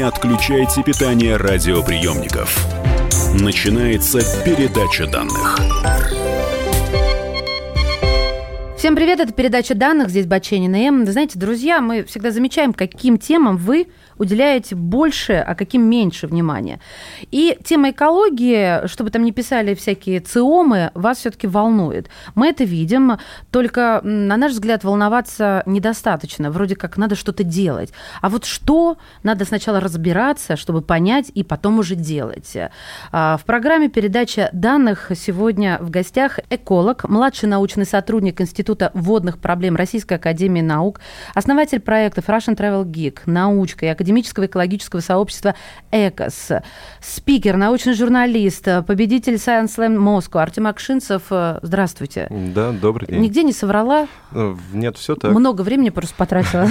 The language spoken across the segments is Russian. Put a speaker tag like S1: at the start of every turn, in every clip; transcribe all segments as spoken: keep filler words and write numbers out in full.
S1: отключайте питание радиоприемников. Начинается передача данных.
S2: Всем привет, это передача данных, здесь Баченина М. Вы знаете, друзья, мы всегда замечаем, каким темам вы уделяете больше, а каким меньше внимания. И тема экологии, чтобы там не писали всякие циомы, вас все-таки волнует. Мы это видим, только, на наш взгляд, волноваться недостаточно. Вроде как надо что-то делать. А вот что, надо сначала разбираться, чтобы понять, и потом уже делать. В программе передача данных сегодня в гостях эколог, младший научный сотрудник Института водных проблем Российской академии наук, основатель проектов Russian Travel Geek, научка и академического экологического сообщества ЭКОС, спикер, научный журналист, победитель Science Slam Moscow Артем Акшинцев. Здравствуйте.
S3: Да, добрый день.
S2: Нигде не соврала?
S3: Нет, все так.
S2: Много времени просто потратила.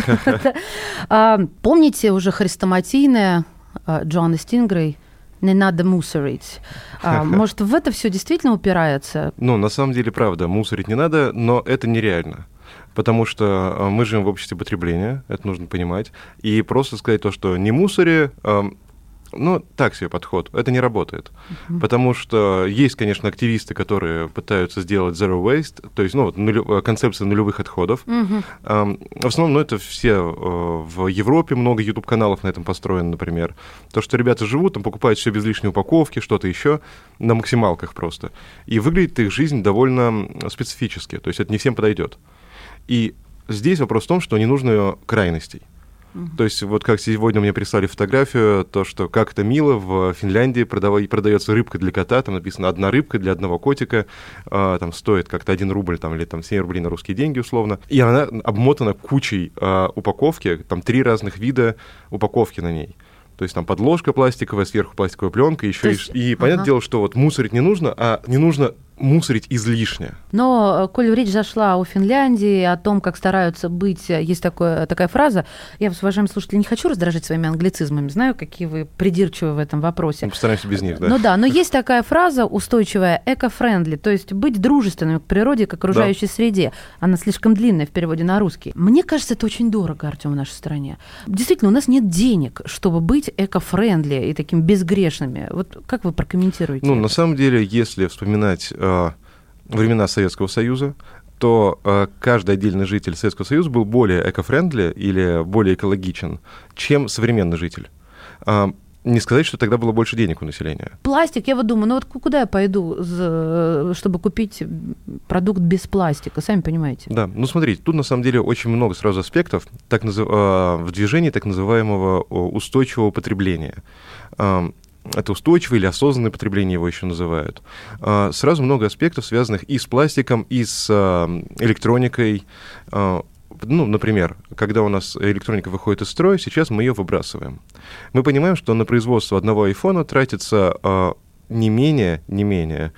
S2: Помните уже хрестоматийное Джоанны Стингрей? Не надо мусорить. А, может, в это все действительно упирается?
S3: Ну, на самом деле, правда, мусорить не надо, но это нереально. Потому что мы живем в обществе потребления, это нужно понимать. И просто сказать то, что не мусори, ну, так себе подход, это не работает. Uh-huh. Потому что есть, конечно, активисты, которые пытаются сделать zero waste, то есть, ну, вот, нулю, концепция нулевых отходов. Uh-huh. В основном, ну, это все в Европе, много YouTube-каналов на этом построено, например. То, что ребята живут, там покупают все без лишней упаковки, что-то еще, на максималках просто. И выглядит их жизнь довольно специфически, то есть это не всем подойдет. И здесь вопрос в том, что не нужно крайностей. То есть вот как сегодня мне прислали фотографию, то, что как это мило, в Финляндии продав... продается рыбка для кота, там написано одна рыбка для одного котика, э, там стоит как-то один рубль там, или там семь рублей на русские деньги условно, и она обмотана кучей э, упаковки, там три разных вида упаковки на ней. То есть там подложка пластиковая, сверху пластиковая пленка, еще есть... и, и ага. Понятное дело, что вот мусорить не нужно, а не нужно мусорить излишне.
S2: Но, коль речь зашла о Финляндии, о том, как стараются быть, есть такое, такая фраза, я вас, уважаемые слушатели, не хочу раздражать своими англицизмами, знаю, какие вы придирчивы в этом вопросе.
S3: Мы постараемся без них, да.
S2: Ну да, но есть такая фраза устойчивая, эко-френдли, то есть быть дружественным к природе, к окружающей да. среде. Она слишком длинная в переводе на русский. Мне кажется, это очень дорого, Артём, в нашей стране. Действительно, у нас нет денег, чтобы быть эко-френдли и таким безгрешными. Вот как вы прокомментируете
S3: Ну,
S2: это?
S3: На самом деле, если вспоминать времена Советского Союза, то э, каждый отдельный житель Советского Союза был более эко-френдли или более экологичен, чем современный житель. Э, не сказать, что тогда было больше денег у населения.
S2: Пластик, я вот думаю, ну вот куда я пойду, чтобы купить продукт без пластика, сами понимаете.
S3: Да, ну смотрите, тут на самом деле очень много сразу аспектов так назыв... э, в движении так называемого устойчивого потребления. Э, Это устойчивое или осознанное потребление его еще называют. Сразу много аспектов, связанных и с пластиком, и с электроникой. Ну, например, когда у нас электроника выходит из строя, сейчас мы ее выбрасываем. Мы понимаем, что на производство одного айфона тратится не менее, не менее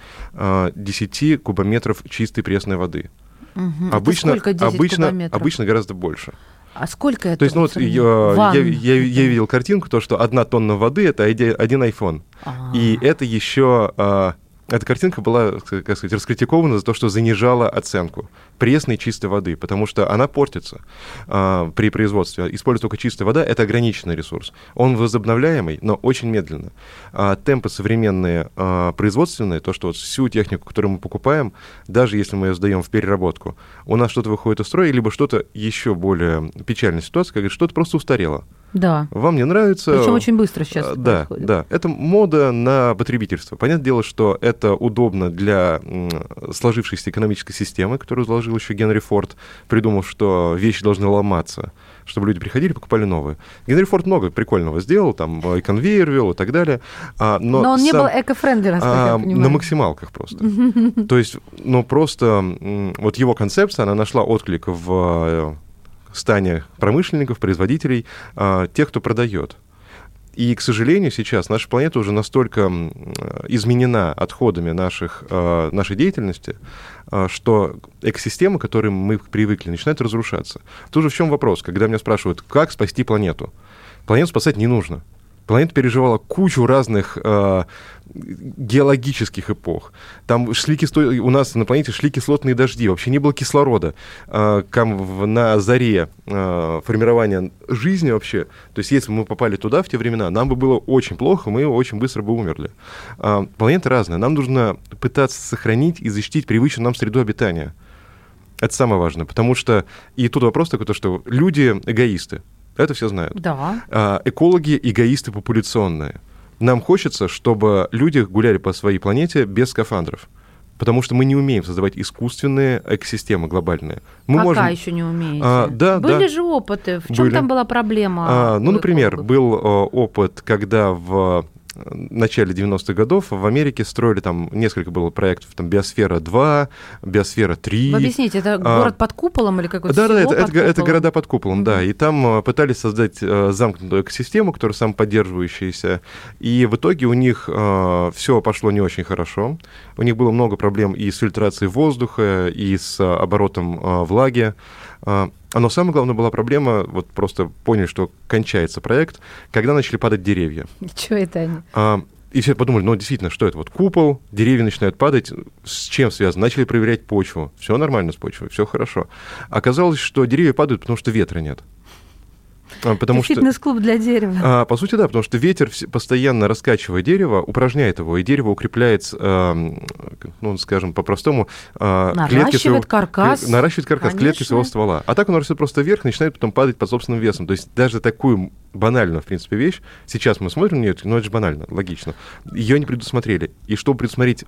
S3: десять кубометров чистой пресной воды.
S2: Угу.
S3: Обычно,
S2: Это сколько десять
S3: обычно,
S2: кубометров?
S3: Обычно гораздо больше.
S2: А сколько это?
S3: То есть, ну вот я, я, я, я видел картинку, то, что одна тонна воды — это один iPhone. А-а-а. И это еще... А, эта картинка была, как сказать, раскритикована за то, что занижала оценку пресной чистой воды, потому что она портится а, при производстве. Используя только чистая вода — это ограниченный ресурс. Он возобновляемый, но очень медленно. А темпы современные а, производственные, то, что вот всю технику, которую мы покупаем, даже если мы ее сдаем в переработку, у нас что-то выходит из строя, либо что-то еще более печальная ситуация, когда что-то просто устарело.
S2: Да.
S3: Вам не нравится...
S2: Причем очень быстро сейчас
S3: да,
S2: происходит.
S3: Да, это мода на потребительство. Понятное дело, что это удобно для сложившейся экономической системы, которую заложил еще Генри Форд, придумав, что вещи должны ломаться, чтобы люди приходили и покупали новые. Генри Форд много прикольного сделал, там и конвейер вел и так далее. А, но,
S2: но он
S3: сам,
S2: не был эко-френдли, насколько
S3: а,
S2: я понимаю.
S3: На максималках просто. То есть, ну просто вот его концепция, она нашла отклик в... стане промышленников, производителей, тех, кто продает. И, к сожалению, сейчас наша планета уже настолько изменена отходами наших, нашей деятельности, что экосистемы, к которым мы привыкли, начинают разрушаться. Тут же в чем вопрос, когда меня спрашивают, как спасти планету? Планету спасать не нужно. Планета переживала кучу разных э, геологических эпох. Там шли кисло... у нас на планете шли кислотные дожди, вообще не было кислорода. Э, на заре э, формирования жизни вообще, то есть если бы мы попали туда в те времена, нам бы было очень плохо, мы очень быстро бы умерли. Э, планета разная, нам нужно пытаться сохранить и защитить привычную нам среду обитания. Это самое важное, потому что... И тут вопрос такой, то, что люди эгоисты. Это все знают.
S2: Да.
S3: А, экологи эгоисты популяционные. Нам хочется, чтобы люди гуляли по своей планете без скафандров. Потому что мы не умеем создавать искусственные экосистемы глобальные. Мы
S2: Пока
S3: можем...
S2: еще не умеете.
S3: А, да,
S2: Были
S3: да.
S2: же опыты. В чем
S3: Были.
S2: там была проблема?
S3: А, ну, например, экологов? был а, опыт, когда в начале девяностых годов в Америке строили там несколько было проектов, там Биосфера-два, Биосфера-три.
S2: Вы объясните, это а, город под куполом или какой-то
S3: да,
S2: село
S3: да, это,
S2: под
S3: это, это города под куполом,
S2: mm-hmm.
S3: да, и там пытались создать э, замкнутую экосистему, которая самоподдерживающаяся, и в итоге у них э, все пошло не очень хорошо, у них было много проблем и с фильтрацией воздуха, и с оборотом э, влаги. Э, Но самая главная была проблема, вот просто поняли, что кончается проект, когда начали падать деревья.
S2: Что это они?
S3: А, и все подумали, ну, действительно, что это? Вот купол, деревья начинают падать, с чем связано? Начали проверять почву. Все нормально с почвой, все хорошо. Оказалось, что деревья падают, потому что ветра нет. Потому
S2: что фитнес-клуб для дерева.
S3: А, по сути, да, потому что ветер, постоянно раскачивая дерево, упражняет его, и дерево укрепляет, а, ну, скажем, по-простому, а,
S2: наращивает
S3: клетки своего,
S2: каркас.
S3: Клет, наращивает каркас,
S2: Конечно.
S3: клетки своего ствола. А так он растет просто вверх, начинает потом падать под собственным весом. То есть даже такую банальную, в принципе, вещь, сейчас мы смотрим на нее, но это же банально, логично. Ее не предусмотрели. И чтобы предусмотреть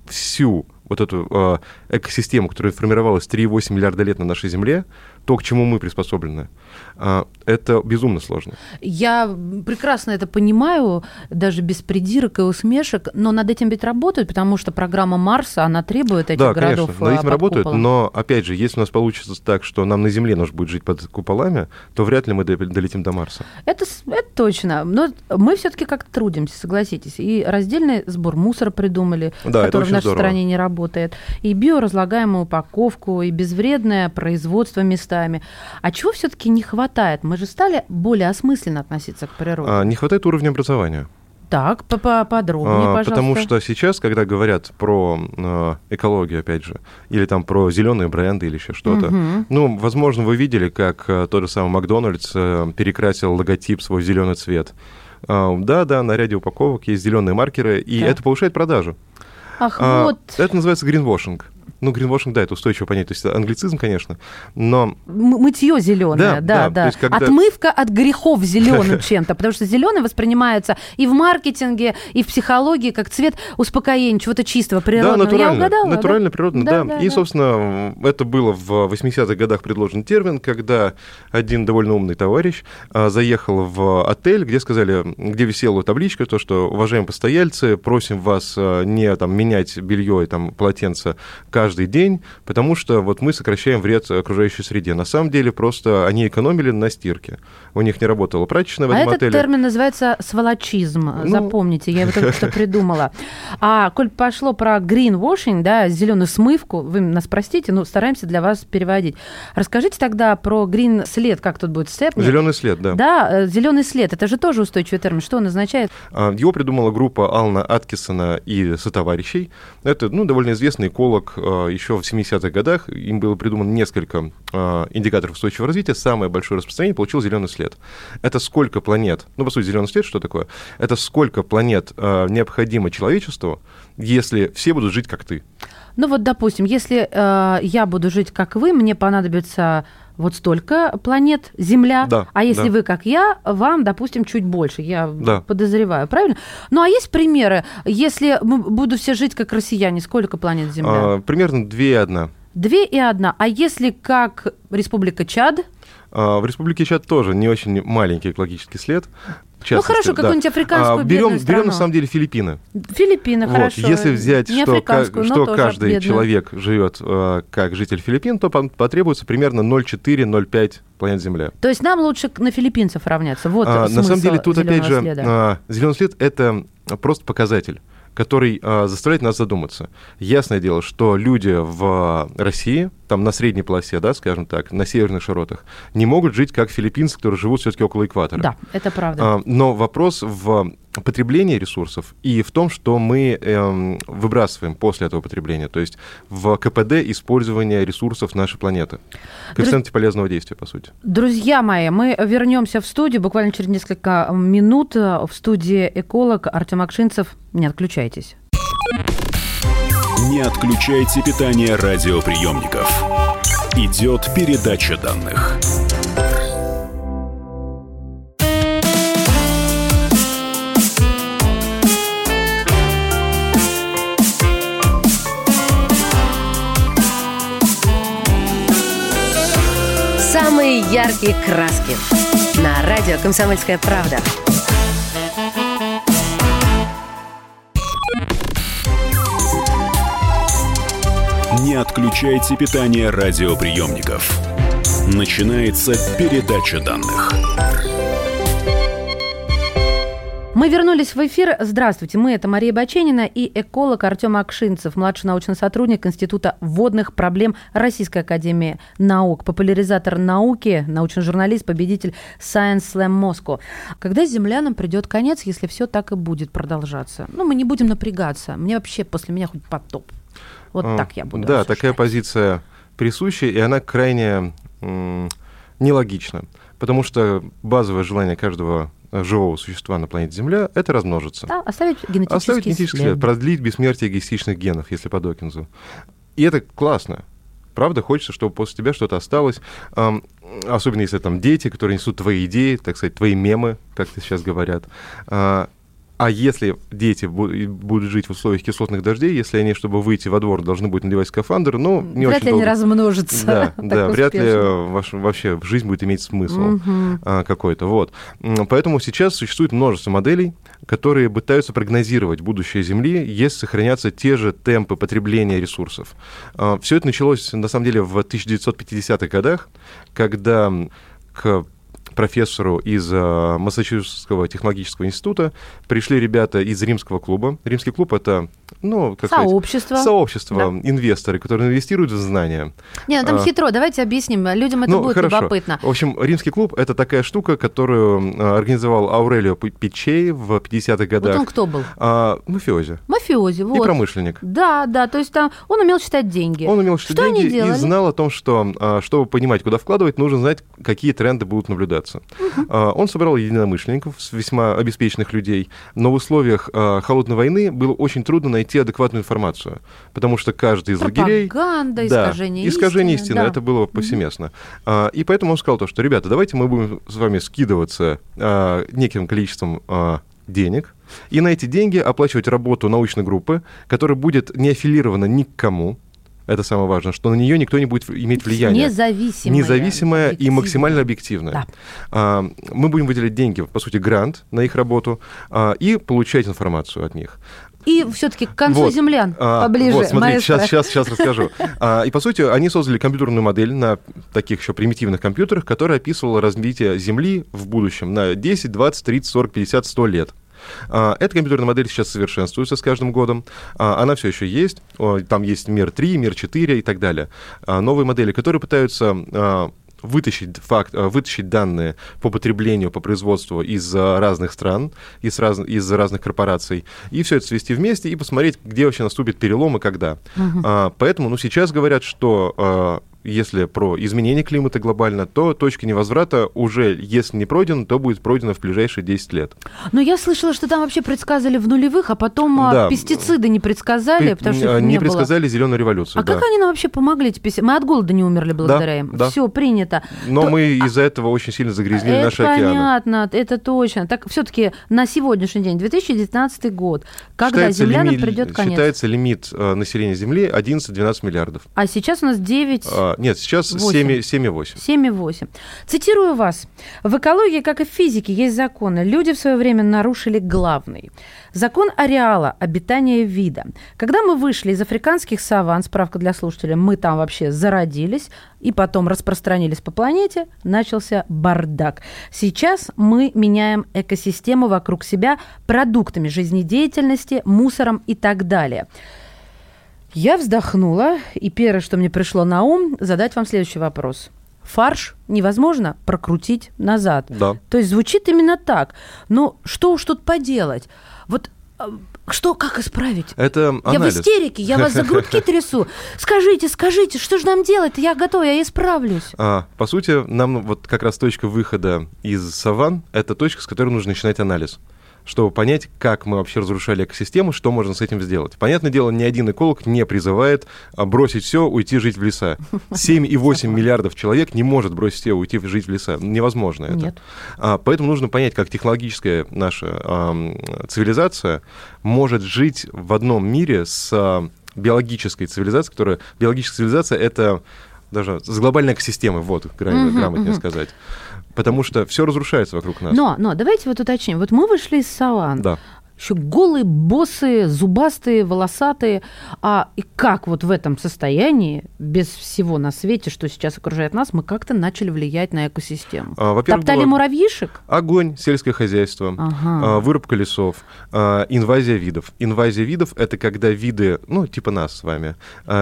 S3: всю вот эту э, экосистему, которая формировалась три и восемь миллиарда лет на нашей Земле, то, к чему мы приспособлены, э, это безумно сложно.
S2: Я прекрасно это понимаю, даже без придирок и усмешек, но над этим ведь работают, потому что программа Марса, она требует этих
S3: да,
S2: городов
S3: конечно, над этим
S2: под
S3: работают,
S2: куполом.
S3: Но, опять же, если у нас получится так, что нам на Земле нужно будет жить под куполами, то вряд ли мы долетим до Марса.
S2: Это, это точно, но мы все-таки как-то трудимся, согласитесь, и раздельный сбор мусора придумали,
S3: да,
S2: который в нашей
S3: здорово.
S2: стране не работает, и биоразлагаемую упаковку, и безвредное производство местами. А чего все-таки не хватает? Мы же стали более осмысленно относиться к природе.
S3: А, не хватает уровня образования.
S2: Так, поподробнее,
S3: а,
S2: пожалуйста.
S3: Потому что сейчас, когда говорят про э, экологию, опять же, или там про зеленые бренды или еще что-то,
S2: угу.
S3: ну, возможно, вы видели, как э, тот же самый Макдональдс э, перекрасил логотип свой в зеленый цвет. Э, да, да, на ряде упаковок есть зеленые маркеры, и да. это повышает продажу.
S2: Ах,
S3: а,
S2: вот.
S3: Это называется гринвошинг. Ну, гринвошинг, да, это устойчиво понять. То есть англицизм, конечно, но...
S2: Мытье зеленое, да, да. да.
S3: Есть, когда...
S2: Отмывка от грехов зеленым чем-то, потому что зеленый воспринимается и в маркетинге, и в психологии как цвет успокоения, чего-то чистого, природного.
S3: Да, натурально,
S2: Я угадала,
S3: натурально,
S2: да?
S3: природно,
S2: да.
S3: да.
S2: да
S3: и,
S2: да.
S3: собственно, это было в восьмидесятых годах предложен термин, когда один довольно умный товарищ а, заехал в отель, где сказали, где висела табличка, то, что, уважаемые постояльцы, просим вас а, не там, менять белье и там, полотенце каждый день, потому что вот мы сокращаем вред окружающей среде. На самом деле просто они экономили на стирке. У них не работала прачечная в этом
S2: а
S3: отеле.
S2: А этот термин называется сволочизм. Ну... Запомните, я его только что придумала. А коль пошло про greenwashing, да, зеленую смывку, вы нас простите, но стараемся для вас переводить. Расскажите тогда про green след, как тут будет степ?
S3: Зеленый след, да.
S2: Да, зеленый след. Это же тоже устойчивый термин. Что он означает?
S3: Его придумала группа Алана Аткинсона и сотоварищей. Это, ну, довольно известный эколог еще в семидесятых годах. Им было придумано несколько э, индикаторов устойчивого развития. Самое большое распространение получил зеленый след. Это сколько планет, ну, по сути, зеленый след, что такое? Это сколько планет э, необходимо человечеству, если все будут жить как ты.
S2: Ну вот, допустим, если э, я буду жить как вы, мне понадобится вот столько планет Земля,
S3: да,
S2: а если
S3: да.
S2: вы как я, вам, допустим, чуть больше, я
S3: да.
S2: подозреваю, правильно? Ну а есть примеры, если буду все жить как россияне, сколько планет Земля?
S3: А, примерно две и одна.
S2: Две и одна. А если как Республика Чад?
S3: А, в Республике Чад тоже не очень маленький экологический след.
S2: Ну хорошо, какую-нибудь африканскую
S3: а,
S2: берем,
S3: берем,
S2: страну.
S3: берем на самом деле Филиппины.
S2: Филиппины,
S3: вот.
S2: хорошо.
S3: Если взять,
S2: не
S3: что, как, что каждый
S2: бедную.
S3: человек живет э, как житель Филиппин, то потребуется примерно ноль целых четыре - ноль целых пять планет Земля.
S2: То есть нам лучше на филиппинцев равняться. Вот
S3: а,
S2: смысл
S3: на самом деле тут опять же
S2: следа.
S3: а, зеленый след это просто показатель, который а, заставляет нас задуматься. Ясное дело, что люди в России, там на средней полосе, да, скажем так, на северных широтах, не могут жить как филиппинцы, которые живут все-таки около экватора.
S2: Да, это правда.
S3: А, но вопрос в потреблении ресурсов и в том, что мы эм, выбрасываем после этого потребления, то есть в КПД использования ресурсов нашей планеты. Коэффициенте Друз... полезного действия, по сути.
S2: Друзья мои, мы вернемся в студию буквально через несколько минут. В студии эколог Артем Акшинцев. Не отключайтесь.
S1: Не отключайте питание радиоприемников. Идет передача данных.
S4: Самые яркие краски на радио «Комсомольская правда».
S1: Не отключайте питание радиоприемников. Начинается передача данных.
S2: Мы вернулись в эфир. Здравствуйте, мы — это Мария Баченина и эколог Артем Акшинцев, младший научный сотрудник Института водных проблем Российской академии наук, популяризатор науки, научный журналист, победитель Science Slam Moscow. Когда землянам придет конец, если все так и будет продолжаться? Ну, мы не будем напрягаться. Мне вообще после меня хоть потоп. Вот а, так я буду
S3: Да,
S2: рассуждать.
S3: Такая позиция присуща, и она крайне м- нелогична, потому что базовое желание каждого живого существа на планете Земля — это размножиться.
S2: Да, оставить генетический,
S3: оставить генетический след. след, продлить бессмертие эгоистичных генов, если по Докинзу. И это классно. Правда, хочется, чтобы после тебя что-то осталось, эм, особенно если там дети, которые несут твои идеи, так сказать, твои мемы, как сейчас говорят. Э, А если дети будут жить в условиях кислотных дождей, если они, чтобы выйти во двор, должны будут надевать скафандр, ну, не
S2: вряд
S3: очень
S2: ли
S3: долго...
S2: они размножатся.
S3: Да, да, вряд ли ваш, вообще жизнь будет иметь смысл угу. а, какой-то. Вот. Поэтому сейчас существует множество моделей, которые пытаются прогнозировать будущее Земли, если сохранятся те же темпы потребления ресурсов. А, все это началось, на самом деле, в тысяча девятьсот пятидесятых годах, когда к профессору из uh, Массачусетского технологического института пришли ребята из Римского клуба. Римский клуб — это, ну, как
S2: сообщество,
S3: сказать, сообщество, да. Инвесторы, которые инвестируют в знания.
S2: Не, ну там а, хитро, давайте объясним, людям это ну, будет хорошо. любопытно.
S3: В общем, Римский клуб — это такая штука, которую uh, организовал Аурелио Пиччей в пятидесятых годах.
S2: Вот он кто был?
S3: А, мафиози.
S2: Мафиози, вот.
S3: И промышленник.
S2: Да, да, то есть там он умел считать деньги.
S3: Он умел считать
S2: что
S3: деньги
S2: они делали?
S3: И знал о том, что, чтобы понимать, куда вкладывать, нужно знать, какие тренды будут наблюдаться. Uh-huh. Он собрал единомышленников, весьма обеспеченных людей, но в условиях холодной войны было очень трудно найти адекватную информацию, потому что каждый из лагерей...
S2: Пропаганда,
S3: да,
S2: искажение истины.
S3: Искажение истины, да. Это было повсеместно. Uh-huh. И поэтому он сказал то, что, ребята, давайте мы будем с вами скидываться неким количеством денег, и на эти деньги оплачивать работу научной группы, которая будет не аффилирована ни к кому. Это самое важное, что на нее никто не будет иметь влияния.
S2: Независимая.
S3: Независимая и максимально объективная. Да. А, мы будем выделять деньги, по сути, грант на их работу а, и получать информацию от них.
S2: И все-таки к концу вот. землян
S3: а,
S2: поближе.
S3: Вот, смотрите, сейчас, сейчас, сейчас расскажу. а, и, по сути, они создали компьютерную модель на таких еще примитивных компьютерах, которая описывала развитие Земли в будущем на десять, двадцать, тридцать, сорок, пятьдесят, сто лет. Эта компьютерная модель сейчас совершенствуется с каждым годом. Она все еще есть. Там есть мир три, мир четыре и так далее. Новые модели, которые пытаются вытащить, факт, вытащить данные по потреблению, по производству из разных стран, из, раз, из разных корпораций, и все это свести вместе и посмотреть, где вообще наступит перелом и когда. Угу. Поэтому ну, сейчас говорят, что... Если про изменение климата глобально, то точка невозврата уже, если не пройдена, то будет пройдена в ближайшие десять лет.
S2: Но я слышала, что там вообще предсказали в нулевых, а потом да. пестициды не предсказали,
S3: При...
S2: потому что их
S3: не,
S2: не
S3: предсказали
S2: было.
S3: зеленую революцию.
S2: А
S3: да.
S2: как они нам вообще помогли? Эти пестициды? Мы от голода не умерли благодаря
S3: да,
S2: им.
S3: Да.
S2: Все, принято.
S3: Но
S2: то...
S3: мы из-за этого очень сильно загрязнили
S2: это
S3: наши океаны.
S2: Понятно, это точно. Так все-таки на сегодняшний день, две тысячи девятнадцатый год, когда
S3: считается
S2: землянам
S3: лимит,
S2: придет конец?
S3: Считается лимит э, населения Земли одиннадцать-двенадцать миллиардов.
S2: А сейчас у нас девять...
S3: А, нет, сейчас семь и восемь.
S2: семь и восемь. Цитирую вас. В экологии, как и в физике, есть законы. Люди в свое время нарушили главный. Закон ареала, обитания вида. Когда мы вышли из африканских саванн, справка для слушателей, мы там вообще зародились и потом распространились по планете, начался бардак. Сейчас мы меняем экосистему вокруг себя продуктами жизнедеятельности, мусором и так далее. Я вздохнула, и первое, что мне пришло на ум, задать вам следующий вопрос. Фарш невозможно прокрутить назад.
S3: Да.
S2: То есть звучит именно так. Но что уж тут поделать? Вот что, как исправить?
S3: Это
S2: я
S3: анализ.
S2: в истерике, я вас за грудки трясу. Скажите, скажите, что же нам делать? Я готова, я исправлюсь.
S3: А, по сути, нам вот как раз точка выхода из саван – это точка, с которой нужно начинать анализ, чтобы понять, как мы вообще разрушали экосистему, что можно с этим сделать. Понятное дело, ни один эколог не призывает бросить все, уйти жить в леса. семь и восемь миллиардов человек не может бросить все, уйти жить в леса. Невозможно это.
S2: Нет.
S3: А, поэтому нужно понять, как технологическая наша а, цивилизация может жить в одном мире с а, биологической цивилизацией, которая... Биологическая цивилизация — это даже с глобальной экосистемой, вот, грамотнее uh-huh, uh-huh. сказать. Потому что все разрушается вокруг нас.
S2: Но, но давайте вот уточним. Вот мы вышли из саван.
S3: Да.
S2: Еще голые, босые, зубастые, волосатые. А и как вот в этом состоянии, без всего на свете, что сейчас окружает нас, мы как-то начали влиять на экосистему?
S3: А, во-первых,
S2: топтали муравьишек?
S3: Огонь, сельское хозяйство,
S2: ага.
S3: вырубка лесов, инвазия видов. Инвазия видов — это когда виды, ну, типа нас с вами,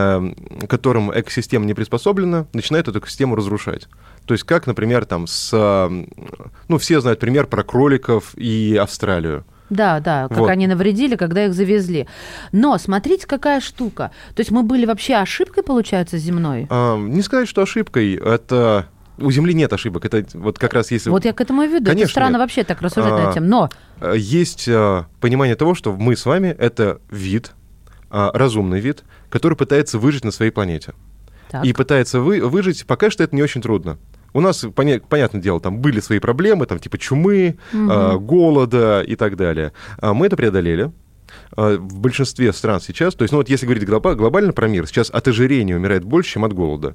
S3: которым экосистема не приспособлена, начинают эту экосистему разрушать. То есть как, например, там с... Ну, все знают пример про кроликов и Австралию.
S2: Да, да, как
S3: вот.
S2: Они навредили, когда их завезли. Но смотрите, какая штука. То есть мы были вообще ошибкой, получается, земной?
S3: А, не сказать, что ошибкой. Это... У Земли нет ошибок. Это вот как раз если...
S2: Вот я к этому и веду.
S3: Конечно,
S2: это странно
S3: нет.
S2: вообще так рассуждать
S3: а,
S2: над этим. Но...
S3: Есть а, понимание того, что мы с вами — это вид, а, разумный вид, который пытается выжить на своей планете.
S2: Так.
S3: И пытается вы, выжить. Пока что это не очень трудно. У нас, поня- понятное дело, там были свои проблемы, там типа чумы, угу. э, голода и так далее. А мы это преодолели. Э, в большинстве стран сейчас, то есть, ну вот если говорить глоба- глобально про мир, сейчас от ожирения умирает больше, чем от голода.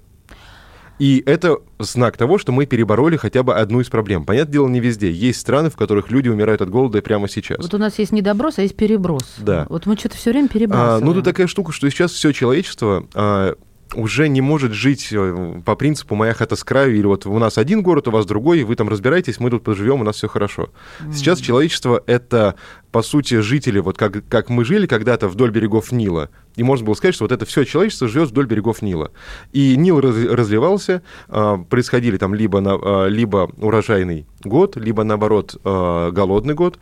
S3: И это знак того, что мы перебороли хотя бы одну из проблем. Понятное дело, не везде. Есть страны, в которых люди умирают от голода прямо сейчас.
S2: Вот у нас есть недоброс, а есть переброс.
S3: Да.
S2: Вот мы что-то все время перебрасываем.
S3: А, ну, тут такая штука, что сейчас все человечество... А, уже не может жить по принципу «моя хата с краю», или вот у нас один город, у вас другой, вы там разбираетесь, мы тут поживем, у нас все хорошо. Mm-hmm. Сейчас человечество — это, по сути, жители, вот как, как мы жили когда-то вдоль берегов Нила. И можно было сказать, что вот это все человечество живет вдоль берегов Нила. И Нил раз, разливался, происходили там либо, на, либо урожайный год, либо, наоборот, голодный год,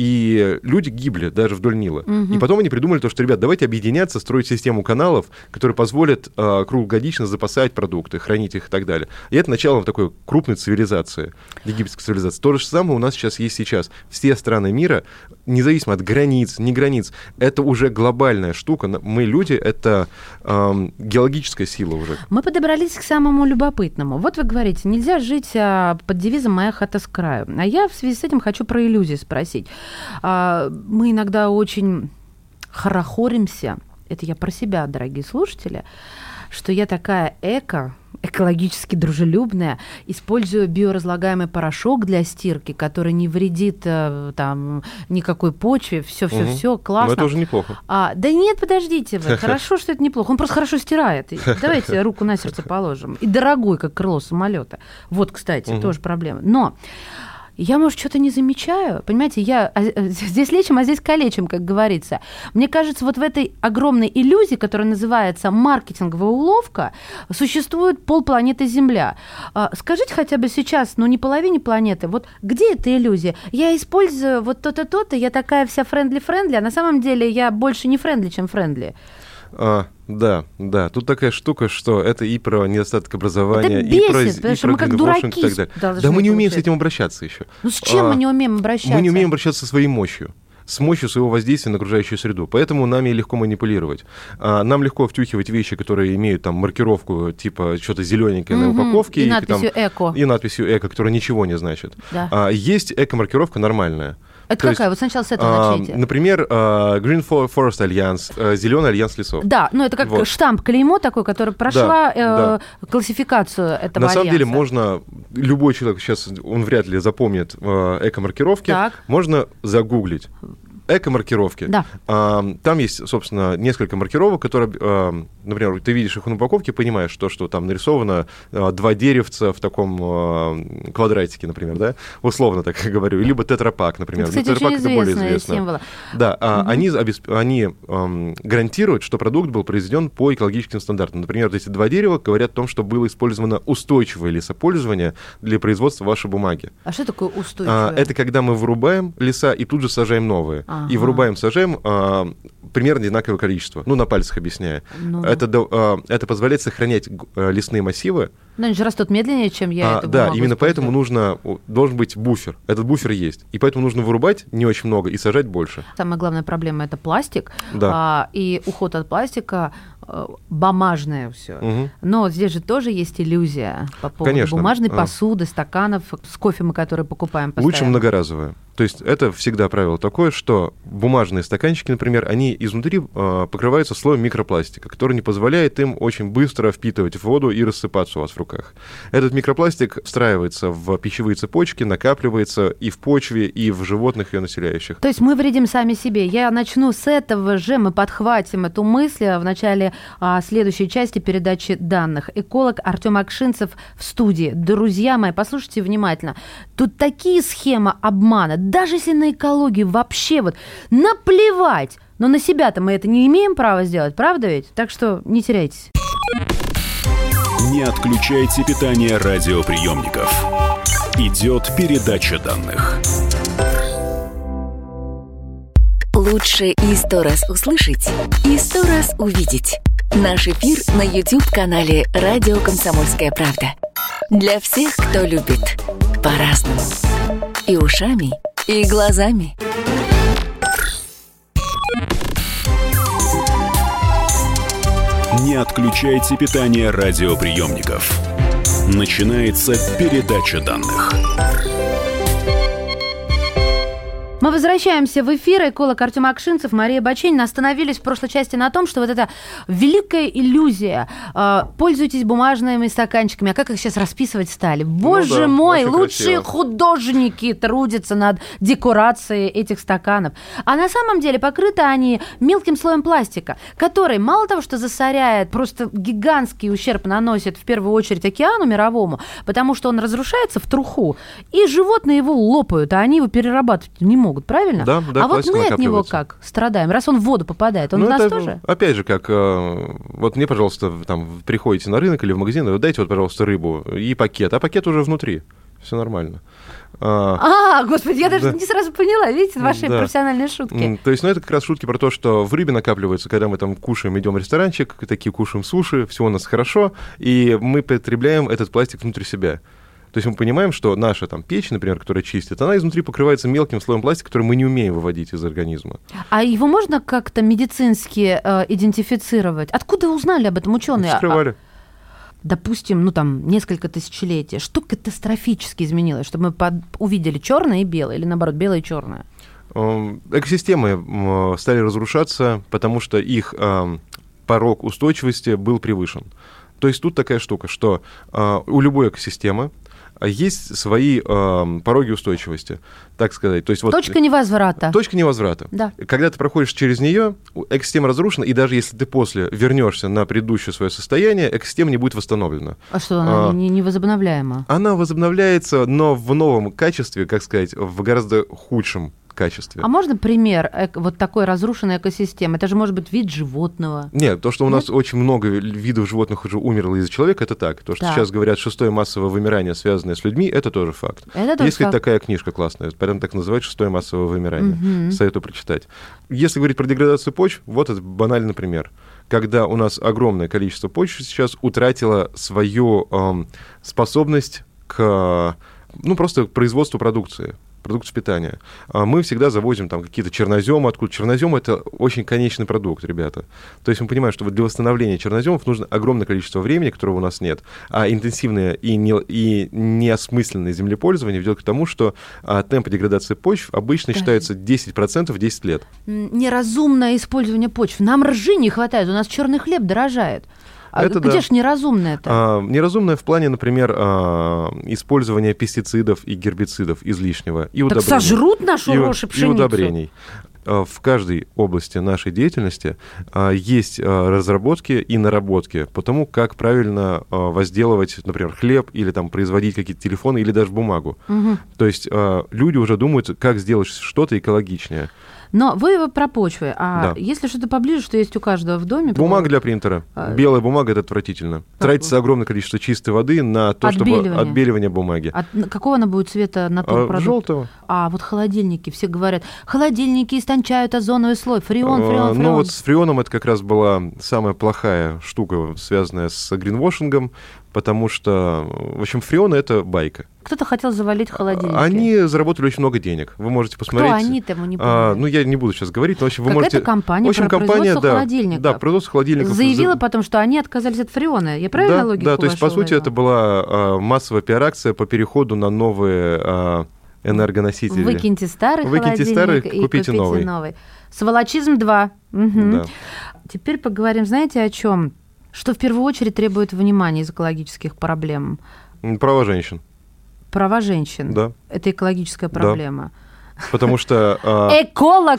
S3: и люди гибли даже вдоль Нила. Mm-hmm. И потом они придумали то, что, ребят, давайте объединяться, строить систему каналов, которые позволят круглогодично запасать продукты, хранить их и так далее. И это начало такой крупной цивилизации, египетской цивилизации. То же самое у нас сейчас есть сейчас. Все страны мира, независимо от границ, не границ, это уже глобальная штука. Мы, люди, это эм, геологическая сила уже.
S2: Мы подобрались к самому любопытному. Вот вы говорите, нельзя жить а, под девизом «моя хата с краю». А я в связи с этим хочу про иллюзии спросить. А, мы иногда очень хорохоримся, это я про себя, дорогие слушатели, что я такая эко, экологически дружелюбная, использую биоразлагаемый порошок для стирки, который не вредит там никакой почве, все-все-все, угу. классно.
S3: Но это уже неплохо.
S2: А, да нет, подождите вы, хорошо, что это неплохо. Он просто хорошо стирает. Давайте руку на сердце положим. И дорогой, как крыло самолета. Вот, кстати, угу. тоже проблема. Но я, может, что-то не замечаю. Понимаете, я здесь лечим, а здесь калечим, как говорится. Мне кажется, вот в этой огромной иллюзии, которая называется маркетинговая уловка, существует полпланеты Земля. Скажите хотя бы сейчас, ну не половине планеты, вот где эта иллюзия? Я использую вот то-то, то-то, я такая вся френдли-френдли, а на самом деле я больше не френдли, чем френдли.
S3: А, да, да. Тут такая штука, что это и про недостаток образования,
S2: бесит,
S3: и про,
S2: и
S3: про
S2: как
S3: гринвошинг и так далее. Да мы не умеем с этим обращаться еще.
S2: Ну с чем а, мы не умеем обращаться?
S3: Мы не умеем обращаться со своей мощью. С мощью своего воздействия на окружающую среду. Поэтому нами легко манипулировать. А, нам легко втюхивать вещи, которые имеют там маркировку, типа что-то зелененькое угу. на упаковке.
S2: И, и надписью
S3: там,
S2: «эко».
S3: И надписью «эко», которая ничего не значит. Да. А, есть эко-маркировка нормальная.
S2: Это То какая? Есть, вот сначала с этого
S3: а,
S2: начните.
S3: Например, Green Forest Alliance, Зеленый альянс лесов.
S2: Да, ну это как вот. штамп, клеймо такой, который прошла да, э, да. классификацию этого
S3: На
S2: альянса.
S3: самом деле можно, любой человек сейчас, он вряд ли запомнит э, эко-маркировки, так. можно загуглить. эко-маркировки.
S2: Да.
S3: А, там есть, собственно, несколько маркировок, которые, а, например, ты видишь их на упаковке, понимаешь, то, что там нарисовано а, два деревца в таком а, квадратике, например, да, условно так говорю, либо тетрапак, например.
S2: Это, кстати,
S3: тетрапак
S2: очень
S3: это более
S2: известные
S3: известно.
S2: символы.
S3: Да, а,
S2: Угу.
S3: они, обесп... они а, гарантируют, что продукт был произведен по экологическим стандартам. Например, вот эти два дерева говорят о том, что было использовано устойчивое лесопользование для производства вашей бумаги.
S2: А что такое устойчивое?
S3: А, это когда мы вырубаем леса и тут же сажаем новые.
S2: Ага.
S3: И вырубаем, сажаем а, примерно одинаковое количество. Ну, на пальцах объясняя.
S2: Ну.
S3: Это, а, это позволяет сохранять а, лесные массивы.
S2: Но они же растут медленнее, чем я
S3: А,
S2: эту
S3: да,
S2: бумагу
S3: именно
S2: использую.
S3: поэтому нужно, должен быть буфер. Этот буфер есть. И поэтому нужно вырубать не очень много и сажать больше.
S2: Самая главная проблема – это пластик.
S3: Да.
S2: А, и уход от пластика э, бумажное все.
S3: Мгм.
S2: Но здесь же тоже есть иллюзия по поводу
S3: Конечно.
S2: бумажной
S3: А.
S2: посуды, стаканов с кофе, мы которые покупаем постоянно.
S3: Лучше многоразовое. То есть это всегда правило такое, что бумажные стаканчики, например, они изнутри э, покрываются слоем микропластика, который не позволяет им очень быстро впитывать воду и рассыпаться у вас в руках. Этот микропластик встраивается в пищевые цепочки, накапливается и в почве, и в животных ее населяющих.
S2: То есть мы вредим сами себе. Я начну с этого же, мы подхватим эту мысль в начале а, следующей части передачи данных. Эколог Артем Акшинцев в студии. Друзья мои, послушайте внимательно. Тут такие схемы обмана, даже если на экологию вообще вот наплевать, но на себя-то мы это не имеем права сделать, правда ведь? Так что не теряйтесь.
S1: Не отключайте питание радиоприемников. Идет передача данных.
S5: Лучше и сто раз услышать, и сто раз увидеть. Наш эфир на YouTube-канале «Радио Комсомольская правда». Для всех, кто любит по-разному. И ушами, и глазами.
S1: Не отключайте питание радиоприемников. Начинается передача данных.
S2: Мы возвращаемся в эфир. Эколог Артем Акшинцев, Мария Баченина. Остановились в прошлой части на том, что вот эта великая иллюзия. Э, пользуйтесь бумажными стаканчиками. А как их сейчас расписывать стали? Боже
S3: Ну да,
S2: мой,
S3: очень
S2: лучшие
S3: красиво.
S2: художники трудятся над декорацией этих стаканов. А на самом деле покрыты они мелким слоем пластика, который мало того, что засоряет, просто гигантский ущерб наносит в первую очередь океану мировому, потому что он разрушается в труху, и животные его лопают, а они его перерабатывать не могут. Правильно?
S3: Да, да,
S2: а вот
S3: пластик
S2: мы от него
S3: накапливается.
S2: как страдаем? Раз он в воду попадает, он
S3: Ну,
S2: в нас
S3: это,
S2: тоже?
S3: опять же, как э, вот мне, пожалуйста, там приходите на рынок или в магазин, вы дайте вот, пожалуйста, рыбу и пакет, а пакет уже внутри. Все нормально. А,
S2: А, господи, я даже
S3: да.
S2: не сразу поняла, видите, ваши
S3: Да.
S2: профессиональные шутки.
S3: м, то есть, ну, это как раз шутки про то, что в рыбе накапливается, когда мы там кушаем, идем в ресторанчик, такие кушаем суши, все у нас хорошо, и мы потребляем этот пластик внутрь себя. То есть мы понимаем, что наша там печь, например, которая чистит, она изнутри покрывается мелким слоем пластика, который мы не умеем выводить из организма.
S2: А его можно как-то медицински э, идентифицировать? Откуда узнали об этом ученые?
S3: Вскрывали.
S2: Допустим, ну там несколько тысячелетий. Что катастрофически изменилось, чтобы мы под... увидели черное и белое, или наоборот, белое и черное?
S3: Эм, Экосистемы м, стали разрушаться, потому что их эм, порог устойчивости был превышен. То есть тут такая штука, что э, у любой экосистемы есть свои э, пороги устойчивости, так сказать. То есть, вот,
S2: Точка невозврата.
S3: Точка невозврата.
S2: Да.
S3: Когда ты проходишь через нее, экосистема разрушена, и даже если ты после вернешься на предыдущее свое состояние, экосистема не будет восстановлена.
S2: А что, она
S3: А,
S2: не, не возобновляема?
S3: Она возобновляется, но в новом качестве, как сказать, в гораздо худшем качестве.
S2: А можно пример эко- вот такой разрушенной экосистемы? Это же может быть вид животного.
S3: Нет, то, что у нас очень много видов животных уже умерло из-за человека, это так. То, что
S2: Так.
S3: сейчас говорят, шестое массовое вымирание, связанное с людьми, это тоже факт.
S2: Это тоже
S3: Есть, кстати,
S2: факт.
S3: такая книжка классная, прям так называется «Шестое массовое вымирание».
S2: Мгм.
S3: Советую прочитать. Если говорить про деградацию почв, вот это банальный пример. Когда у нас огромное количество почв сейчас утратило свою эм, способность к, ну, просто к производству продукции. Продукцию питания. А мы всегда завозим там какие-то черноземы, откуда чернозем — это очень конечный продукт, ребята. То есть мы понимаем, что вот для восстановления черноземов нужно огромное количество времени, которого у нас нет, а интенсивное и, не, и неосмысленное землепользование ведет к тому, что а, темпы деградации почв обычно
S2: Да.
S3: считаются десять процентов в десять лет.
S2: М, Неразумное использование почв. Нам ржи не хватает, у нас черный хлеб дорожает. А
S3: Это
S2: где
S3: да.
S2: ж неразумное-то?
S3: А, неразумное в плане, например, а, использования пестицидов и гербицидов излишнего и
S2: Так
S3: удобрений.
S2: сожрут нашу
S3: и,
S2: рожь и
S3: и
S2: пшеницу.
S3: удобрений. в каждой области нашей деятельности есть разработки и наработки по тому, как правильно возделывать, например, хлеб или там производить какие-то телефоны или даже бумагу. Угу. То есть люди уже думают, как сделать что-то экологичнее.
S2: Но вы про почвы. А
S3: да.
S2: если что-то поближе, что есть у каждого в доме?
S3: Бумага для принтера. А... Белая бумага — это отвратительно. Как? Тратится огромное количество чистой воды на то,
S2: отбеливание.
S3: чтобы отбеливание бумаги.
S2: От какого она будет цвета натурпродукт?
S3: А, желтого.
S2: А вот холодильники, все говорят, холодильники истончают озоновый слой, фреон, фреон, фреон.
S3: Ну вот с фреоном это как раз была самая плохая штука, связанная с гринвошингом, потому что, в общем, фреон — это байка.
S2: Кто-то хотел завалить холодильники.
S3: Они заработали очень много денег. Вы можете посмотреть.
S2: Кто они-то, мы не понимаем.
S3: А, ну, я не буду сейчас говорить, но, в общем, вы
S2: Какая-то
S3: можете...
S2: компания
S3: в общем,
S2: про
S3: компания,
S2: производство
S3: да,
S2: холодильников.
S3: Да, производство холодильников.
S2: Заявила потом, что они отказались от фреона. Я правильно
S3: да,
S2: логику
S3: Да, то есть, по сути,
S2: уловила?
S3: это была а, массовая пиар-акция по переходу на новые а, энергоносители.
S2: Выкиньте старый
S3: Выкиньте
S2: холодильник
S3: старый,
S2: и
S3: купите,
S2: купите
S3: новый.
S2: новый. Сволочизм два. Угу.
S3: Да.
S2: Теперь поговорим, знаете, о чем? Что в первую очередь требует внимания из экологических проблем?
S3: Права женщин.
S2: Права женщин.
S3: Да.
S2: Это экологическая проблема.
S3: Да. Потому что... А...
S2: Эколог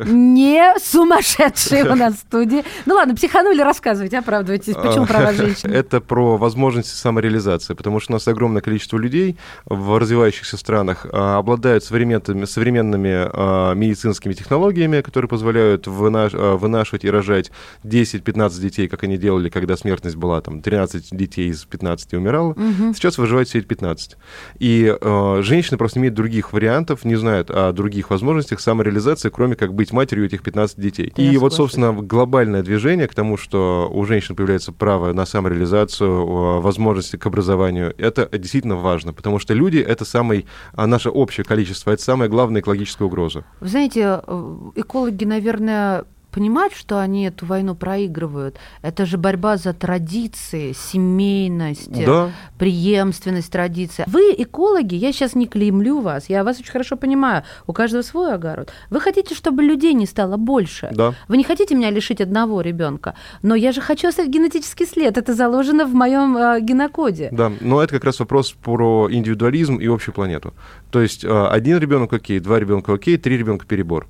S2: не сумасшедший у нас в студии. Ну ладно, психанули, рассказывайте, оправдывайтесь. Почему права женщин?
S3: Это про возможности самореализации, потому что у нас огромное количество людей в развивающихся странах обладают современными, современными медицинскими технологиями, которые позволяют вынаш... вынашивать и рожать десять-пятнадцать детей, как они делали, когда смертность была, там, тринадцать детей из пятнадцати умирало. Угу. Сейчас выживает все эти пятнадцать. И э, женщины просто не имеют других вариантов, не знают о других возможностях самореализации, кроме как быть матерью этих пятнадцати детей.
S2: Я
S3: и вот,
S2: соглашусь.
S3: собственно, глобальное движение к тому, что у женщин появляется право на самореализацию, возможности к образованию, это действительно важно, потому что люди — это самое, наше общее количество, это самая главная экологическая угроза.
S2: Вы знаете, экологи, наверное, понимают, что они эту войну проигрывают. Это же борьба за традиции, семейность,
S3: да.
S2: преемственность традиций. Вы экологи, я сейчас не клеймлю вас, я вас очень хорошо понимаю, у каждого свой огород. Вы хотите, чтобы людей не стало больше.
S3: Да.
S2: Вы не хотите меня лишить одного ребенка, но я же хочу оставить генетический след. Это заложено в моем э, генокоде.
S3: Да, но это как раз вопрос про индивидуализм и общую планету. То есть э, один ребенок окей, два ребенка окей, три ребенка перебор.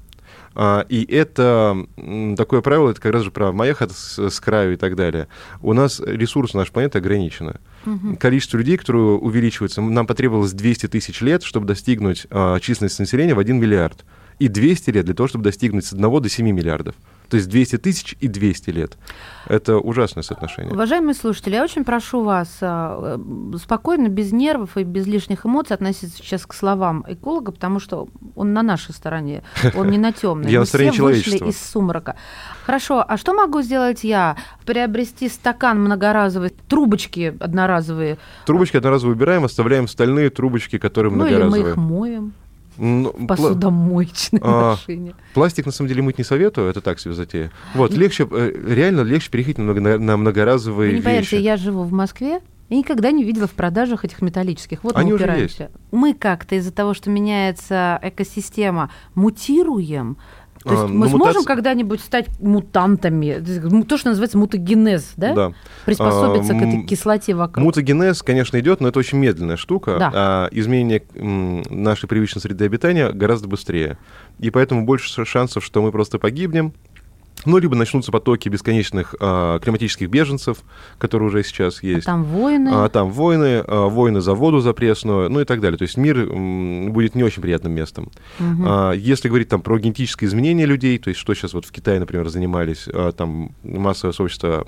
S3: И это такое правило, это как раз же про «моя хата с, с краю» и так далее. У нас ресурсы нашей планеты ограничены. Угу. Количество людей, которые увеличиваются, нам потребовалось двести тысяч лет, чтобы достигнуть а, численность населения в один миллиард. И двести лет для того, чтобы достигнуть с одного до семи миллиардов. То есть двести тысяч и двести лет. Это ужасное соотношение.
S2: Уважаемые слушатели, я очень прошу вас спокойно, без нервов и без лишних эмоций относиться сейчас к словам эколога, потому что он на нашей стороне, он не на темной.
S3: Я
S2: Мы
S3: на стороне
S2: все
S3: человечества.
S2: вышли из сумрака. Хорошо, а что могу сделать я? Приобрести стакан многоразовый, трубочки одноразовые.
S3: Трубочки одноразовые убираем, оставляем стальные трубочки, которые
S2: ну,
S3: многоразовые.
S2: Ну или мы их моем.
S3: Ну,
S2: в посудомоечной
S3: а,
S2: машине.
S3: Пластик, на самом деле, мыть не советую, это так себе затея. Вот, легче, реально легче переходить на, много, на многоразовые
S2: Вы не
S3: вещи.
S2: поверите, я живу в Москве, и никогда не видела в продажах этих металлических. Вот
S3: Они
S2: мы
S3: уже
S2: упираемся.
S3: есть.
S2: Мы как-то из-за того, что меняется экосистема, мутируем. То есть
S3: а,
S2: мы сможем
S3: мутация...
S2: когда-нибудь стать мутантами? То, что называется мутагенез, да?
S3: Да.
S2: Приспособиться
S3: а,
S2: к этой кислоте вокруг.
S3: Мутагенез, конечно, идет, но это очень медленная штука.
S2: Да.
S3: А изменение нашей привычной среды обитания гораздо быстрее. И поэтому больше шансов, что мы просто погибнем. Ну, либо начнутся потоки бесконечных а, климатических беженцев, которые уже сейчас есть.
S2: А там войны.
S3: А, там войны, а, войны за воду, за пресную, ну и так далее. То есть мир м, будет не очень приятным местом. Угу. А, если говорить там про генетическое изменение людей, то есть что сейчас вот в Китае, например, занимались, а, там массовое сообщество,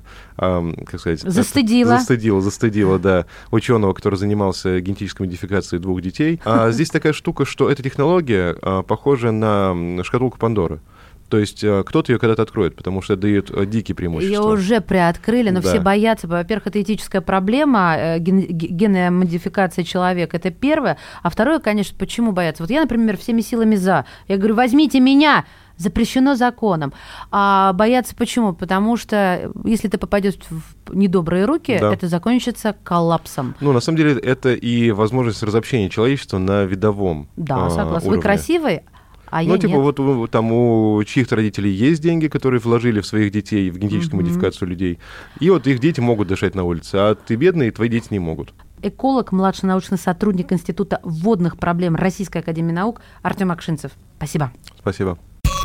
S3: а, как сказать...
S2: Застыдило.
S3: Застыдило, застыдило, да, ученого, который занимался генетической модификацией двух детей. А здесь такая штука, что эта технология а, похожа на шкатулку Пандоры. То есть кто-то ее когда-то откроет, потому что это дает дикие преимущества.
S2: Ее уже приоткрыли, но
S3: да.
S2: все боятся. Во-первых, это этическая проблема, ген- генная модификация человека, это первое. А второе, конечно, почему боятся? Вот я, например, всеми силами за. Я говорю, возьмите меня, запрещено законом. А боятся почему? Потому что если ты попадешь в недобрые руки, да. это закончится коллапсом.
S3: Ну, на самом деле, это и возможность разобщения человечества на видовом
S2: Да,
S3: а,
S2: согласна.
S3: уровне.
S2: Вы красивый, а
S3: ну,
S2: я
S3: типа,
S2: нет.
S3: вот там у чьих-то родителей есть деньги, которые вложили в своих детей, в генетическую mm-hmm. модификацию людей, и вот их дети могут дышать на улице, а ты бедный, и твои дети не могут.
S2: Эколог, младший научный сотрудник Института водных проблем Российской академии наук Артем Акшинцев. Спасибо.
S3: Спасибо.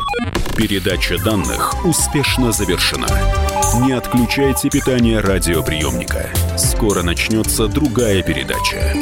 S1: Передача данных успешно завершена. Не отключайте питание радиоприемника. Скоро начнется другая передача.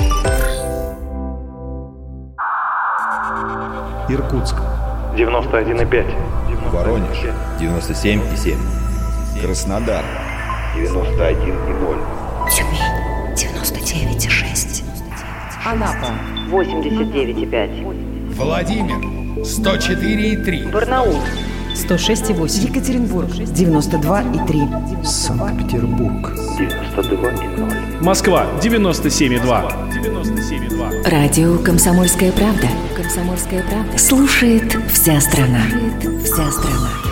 S6: Иркутск
S7: девяносто один и пять.
S6: Воронеж девяносто семь и семь. Краснодар девяносто один и ноль.
S8: Тюмень девяносто девять и шесть.
S9: Анапа восемьдесят девять и пять.
S10: Владимир сто четыре и три.
S9: Барнаул
S8: сто шесть и восемь. Екатеринбург девяносто два и три.
S6: Санкт-Петербург
S7: девяносто два и ноль.
S11: Москва девяносто семь и два.
S5: Радио «Комсомольская правда». «Комсомольская правда». Слушает вся страна. Слушает вся страна.